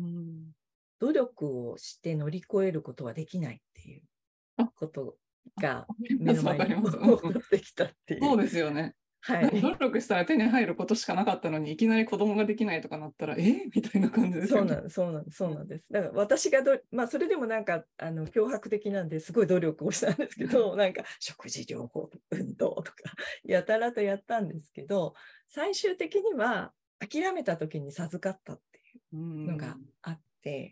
努力をして乗り越えることはできないっていうことが目の前に起こってきたっていう。 そうですよね。 はい、 努力したら手に入ることしかなかったのに、いきなり子供ができないとかなったら、えみたいな感じですよね。 そうなんです、そうなんです。だから私がど、まあ、それでもなんか、あの、脅迫的なんですごい努力をしたんですけど、なんか、食事療法、運動とか、やたらとやったんですけど、最終的には、諦めた時に授かったっていうのがあって、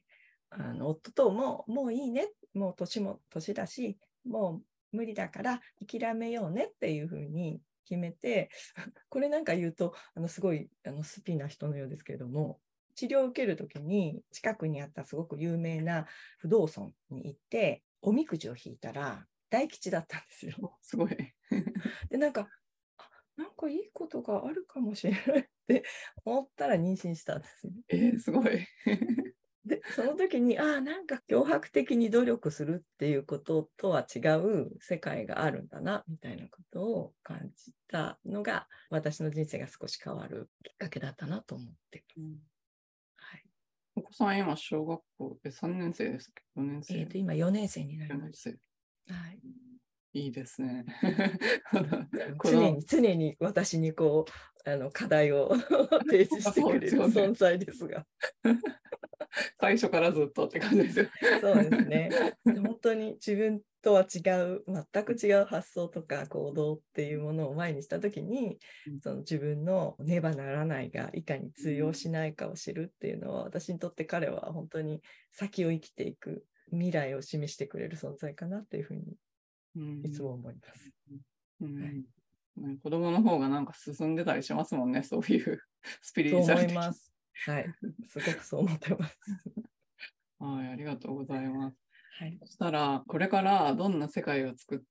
あの、夫とも、もういいね、もう年も年だし、もう無理だから諦めようねっていうふうに決めて、これなんか言うと、あのすごいあのスピな人のようですけれども、治療を受けるときに近くにあったすごく有名な不動尊に行って、おみくじを引いたら大吉だったんですよ。 すごい。 で、なんか、あ、なんかいいことがあるかもしれないって思ったら妊娠したんですね。 えー、すごい。 で、その時に、ああ、なんか脅迫的に努力するっていうこととは違う世界があるんだな、みたいなことを感じたのが、私の人生が少し変わるきっかけだったなと思っています。うん、 はい、お子さん今小学校でさんねん生ですか？よねん生？ えっと、今よねん生になります。はい。 いいですね。 常に、常に私にこう、あの、課題を提示してくれる存在ですが。 最初からずっとって感じですよ。 そうですね。本当に自分とは違う、全く違う発想とか行動っていうものを前にしたときに、その自分のねばならないがいかに通用しないかを知るっていうのは、私にとって彼は本当に先を生きていく未来を示してくれる存在かなというふうにいつも思います。 うんうん、はい、子供の方がなんか進んでたりしますもんね、そういうスピリチュアル的。 そう思います。はい、すごくそう思ってます。 はい、ありがとうございます。 はい、 そしたら、これからどんな世界を作って、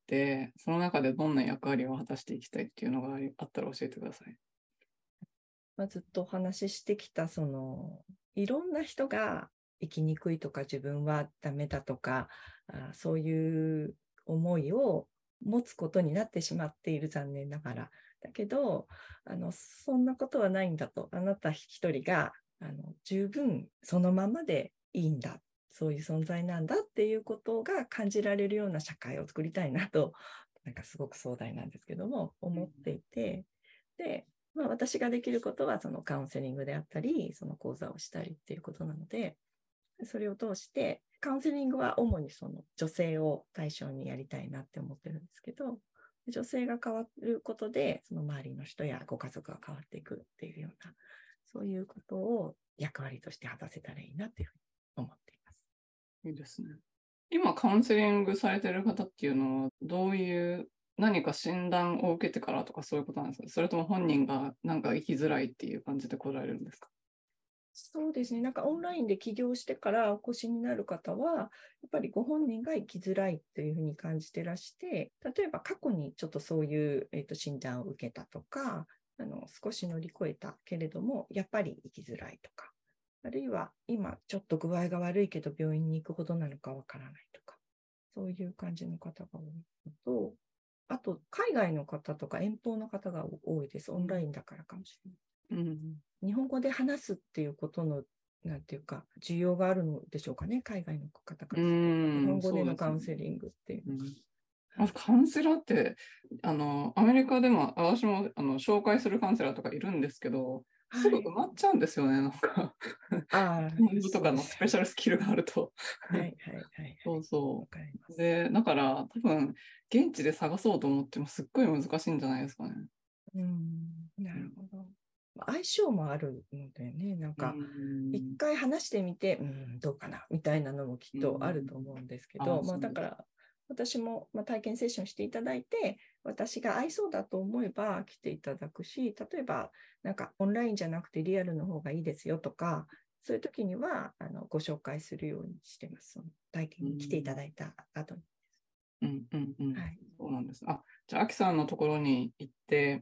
その中でどんな役割を果たしていきたいっていうのがあったら教えてください。 まあ、ずっとお話ししてきた、その、いろんな人が生きにくいとか、自分はダメだとか、あそういう思いを持つことになってしまっている、残念ながら。だけど、あの、そんなことはないんだと。あなた一人が、あの、十分そのままでいいんだ。そういう存在なんだっていうことが感じられるような社会を作りたいなと、なんかすごく壮大なんですけども、思っていて、で、まあ、私ができることはそのカウンセリングであったり、その講座をしたりっていうことなので、それを通して、カウンセリングは主にその女性を対象にやりたいなって思ってるんですけど、女性が変わることで、その周りの人やご家族が変わっていくっていうような、 そういうことを役割として果たせたらいいなというふうに思っています。 いいですね。今、カウンセリングされてる方っていうのは、どういう何か診断を受けてからとかそういうことなんですか？それとも本人がなんか生きづらいっていう感じで来られるんですか？ そうですね。なんかオンラインで起業してからお越しになる方は、やっぱりご本人が生きづらいというふうに感じてらして、例えば過去にちょっとそういう、えーと、診断を受けたとか、あの少し乗り越えたけれども、やっぱり生きづらいとか、あるいは今ちょっと具合が悪いけど病院に行くほどなのかわからないとか、そういう感じの方が多いのと、あと海外の方とか遠方の方が多いです。オンラインだからかもしれない。うん日本語で話すっていうことの、なんていうか、需要があるのでしょうかね、海外の方からすると。日本語でのカウンセリングっていう。 まずカウンセラーって、あの、アメリカでも、私もあの紹介するカウンセラーとかいるんですけど、すぐ埋まっちゃうんですよね、なんか。 ああ、 日本語とかのスペシャルスキルがあると。 はいはいはいはい。 そうそう。 わかります。 で、だから多分、現地で探そうと思ってもすっごい難しいんじゃないですかね。 うん、なるほど。相性もあるのでね、なんか、一回話してみて、うん、どうかな、みたいなのもきっとあると思うんですけど、あまあ、だから、私も、まあ、体験セッションしていただいて、私が合いそうだと思えば来ていただくし、例えば、なんかオンラインじゃなくてリアルの方がいいですよとか、そういう時にはあのご紹介するようにしてます。その体験に来ていただいた後に。 うんうんうん。 はい、 そうなんです。あ、じゃあ、アキさんのところに行って、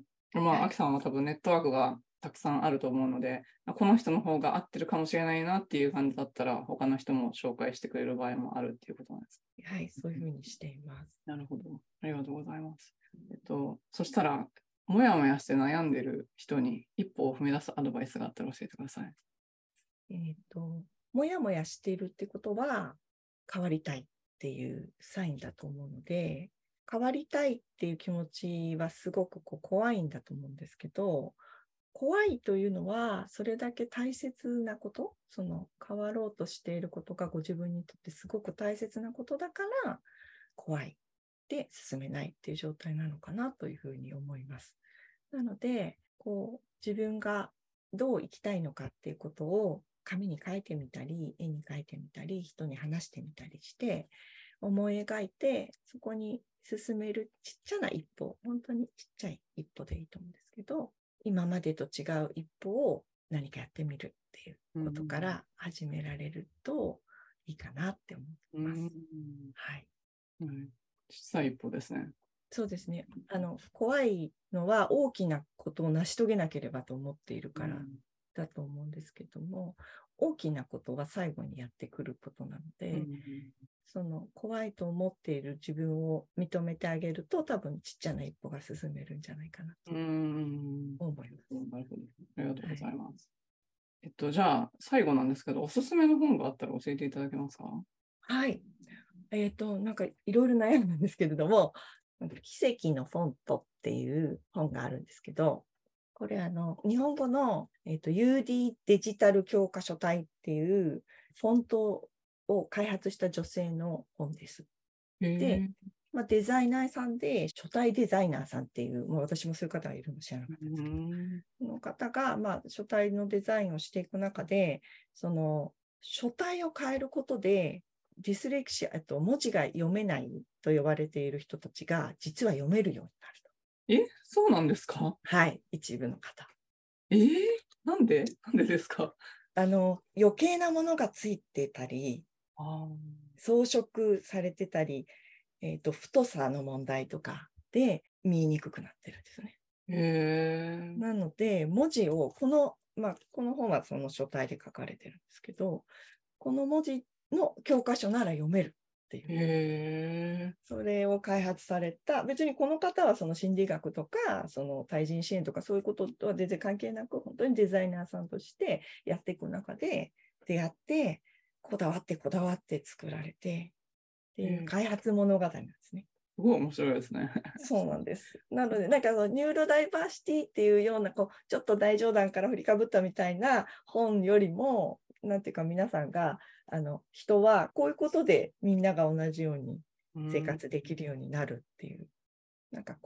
まあ、アキさんは多分ネットワークがたくさんあると思うので、この人の方が合ってるかもしれないなっていう感じだったら、他の人も紹介してくれる場合もあるっていうことなんですか。はい、そういうふうにしています。 なるほど。ありがとうございます。えっと、そしたら、もやもやして悩んでる人に一歩を踏み出すアドバイスがあったら教えてください。 えっと、もやもやしているってことは、変わりたいっていうサインだと思うので、変わりたいっていう気持ちはすごくこう怖いんだと思うんですけど、怖いというのは、それだけ大切なこと、その変わろうとしていることがご自分にとってすごく大切なことだから、怖いで進めないっていう状態なのかなというふうに思います。なので、こう自分がどう生きたいのかっていうことを紙に書いてみたり、絵に書いてみたり、人に話してみたりして、思い描いて、そこに進めるちっちゃな一歩、本当にちっちゃい一歩でいいと思うんですけど、今までと違う一歩を何かやってみるっていうことから始められるといいかなって思っています。はい。 うん、小さい一歩ですね。 そうですね。あの、怖いのは大きなことを成し遂げなければと思っているからだと思うんですけども、大きなことは最後にやってくることなので、うん、その怖いと思っている自分を認めてあげると、多分ちっちゃな一歩が進めるんじゃないかなと思います。 なるほど。ありがとうございます。はい、えっと、じゃあ、最後なんですけど、おすすめの本があったら教えていただけますか？ はい。えっと、なんかいろいろ悩むんですけれども、奇跡のフォントっていう本があるんですけど、これあの、日本語の、えっと、ユーディー デジタル教科書体っていうフォントを開発した女性の本です。で、まあ、デザイナーさんで、書体デザイナーさんっていう、もう私もそういう方がいるの知らなかったんですけど、その方が、まあ、書体のデザインをしていく中で、その、書体を変えることで、ディスレクシア、えっと、文字が読めないと呼ばれている人たちが、実は読めるようになると。 え、そうなんですか？ はい、一部の方。 えー、なんでなんでですか？ あの、余計なものがついてたり、あ装飾されてたり、えっと、太さの問題とかで見えにくくなってるんですね。 へなので、文字を、この、まあ、この本はその書体で書かれてるんですけど、この文字の教科書なら読めるっていう。 へそれを開発された、別にこの方はその心理学とか、その対人支援とかそういうこととは全然関係なく、本当にデザイナーさんとしてやっていく中で出会って、こだわってこだわって作られて、っていう開発物語なんですね。 すごい面白いですね。 そうなんです。なので、なんかそのニューロダイバーシティっていうような、こう、ちょっと大冗談から振りかぶったみたいな本よりも、なんていうか皆さんが、あの、人はこういうことでみんなが同じように生活できるようになるっていう、なんかこう、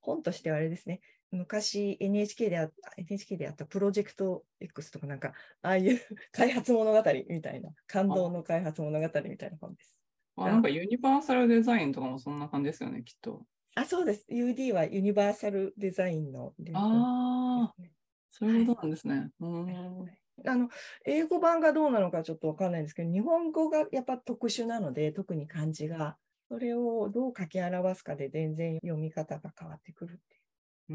本としてはあれですね、昔 エヌエイチケー であった、エヌエイチケー であったプロジェクト X とかなんか、ああいう開発物語みたいな、感動の開発物語みたいな本です。 あ、なんかユニバーサルデザインとかもそんな感じですよね、きっと。 あ、そうです。ユーディー はユニバーサルデザインの連ああ、 ね、 そういうことなんですね。うーん。 あの英語版がどうなのかちょっとわかんないんですけど、日本語がやっぱ特殊なので、特に漢字が、それをどう書き表すかで全然読み方が変わってくるっていう。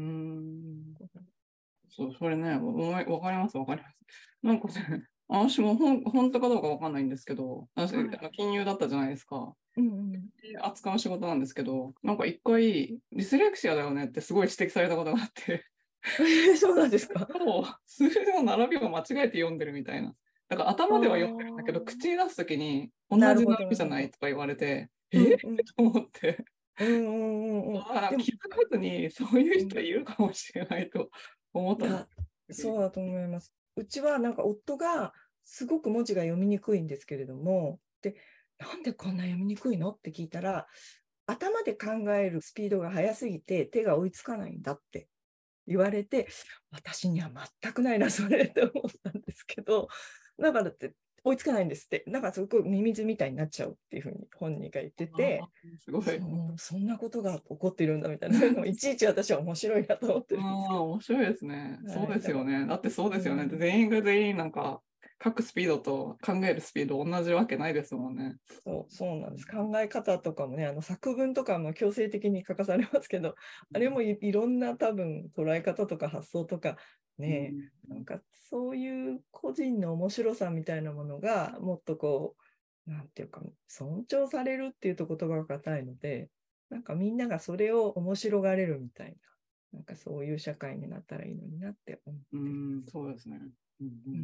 うーん。そう、それね、わわかります、わかります。なんかね、私も本本当かどうかわかんないんですけど、私、 はいあの金融だったじゃないですか。 うんうん、 で扱う仕事なんですけど、なんか一回、ディスレクシアだよねってすごい指摘されたことがあって、 そうなんですか。 もう数字の並びを間違えて読んでるみたいな。だから頭では読んでるんだけど、 あ口に出すときに同じ並なるほど、なびじゃるほど。 ないとか言われて、えうんー、 うんと思って、 うんうんうんうん。でも、 あ気づかずにそういう人うんいるかもしれないと思ったんでいや、そうだと思います。うちはなんか夫がすごく文字が読みにくいんですけれども、で、なんでこんな読みにくいのって聞いたら、頭で考えるスピードが速すぎて手が追いつかないんだって言われて、私には全くないな、それって思ったんですけど、だからって追いつかないんですって、なんかすごくミミズみたいになっちゃうっていうふうに本人が言ってて、 あすごい。 そうそんなことが起こっているんだみたいな、そういうのもいちいち私は面白いなと思ってるんですけああ、 ど。 面白いですね。 はいそうですよね。だってそうですよね。 うん全員が全員なんか書くスピードと考えるスピード同じわけないですもんね。 そう、そうなんです。考え方とかもね、あの作文とかも強制的に書かされますけど、あれもい、いろんな多分捉え方とか発想とかね、 うんなんかそういう個人の面白さみたいなものがもっとこう、なんていうか、尊重されるっていうと言葉が硬いので、なんかみんながそれを面白がれるみたいな、なんかそういう社会になったらいいのになって思ってうるんん、そうですね。うんうんうんうん、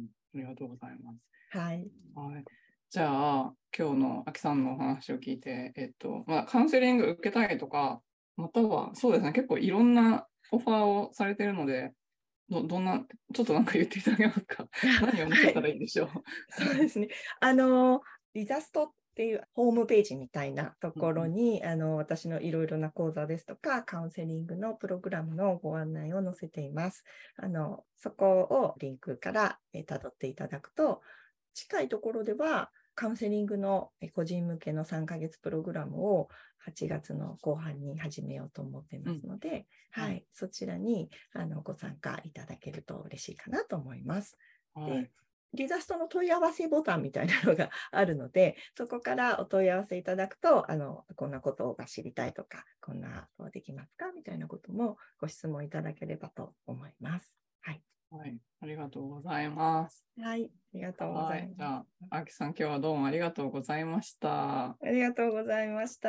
ありがとうございます。 はい。 はい。じゃあ、今日のアキさんのお話を聞いて、えっと、まあ、カウンセリング受けたいとか、または、そうですね、結構いろんなオファーをされているので、ど、どんな、ちょっとなんか言っていただけますか？何を載せたらいいでしょう？ そうですね。あの、リザストっていうホームページみたいなところに、あの、私のいろいろな講座ですとか、カウンセリングのプログラムのご案内を載せています。あの、そこをリンクからたどっていただくと、近いところでは、カウンセリングの個人向けのさんかげつプログラムをはちがつの後半に始めようと思っていますので、うん、はい、そちらにあのご参加いただけると嬉しいかなと思います。はい、でリザストの問い合わせボタンみたいなのがあるので、そこからお問い合わせいただくと、あのこんなことが知りたいとか、こんなことできますかみたいなこともご質問いただければと思います。はい。 はい、ありがとうございます。 はい、ありがとうございます。 じゃあ、あきさん、今日はどうもありがとうございました。 ありがとうございました。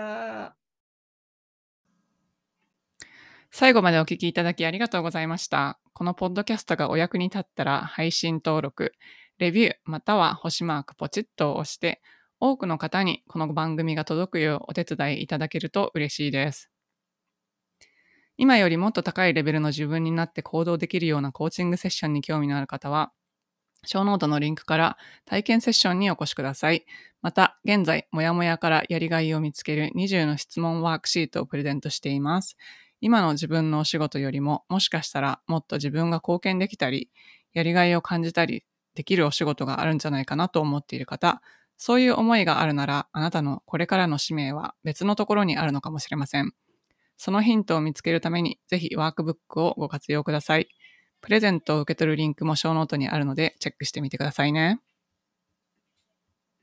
最後までお聞きいただきありがとうございました。このポッドキャストがお役に立ったら配信登録、レビューまたは星マークポチッと押して多くの方にこの番組が届くようお手伝いいただけると嬉しいです。今よりもっと高いレベルの自分になって行動できるようなコーチングセッションに興味のある方は、ショーノートのリンクから体験セッションにお越しください。また、現在、もやもやからやりがいを見つけるにじゅうの質問ワークシートをプレゼントしています。今の自分のお仕事よりも、もしかしたらもっと自分が貢献できたり、やりがいを感じたりできるお仕事があるんじゃないかなと思っている方、そういう思いがあるなら、あなたのこれからの使命は別のところにあるのかもしれません。そのヒントを見つけるために、ぜひワークブックをご活用ください。プレゼントを受け取るリンクもショーノートにあるのでチェックしてみてくださいね。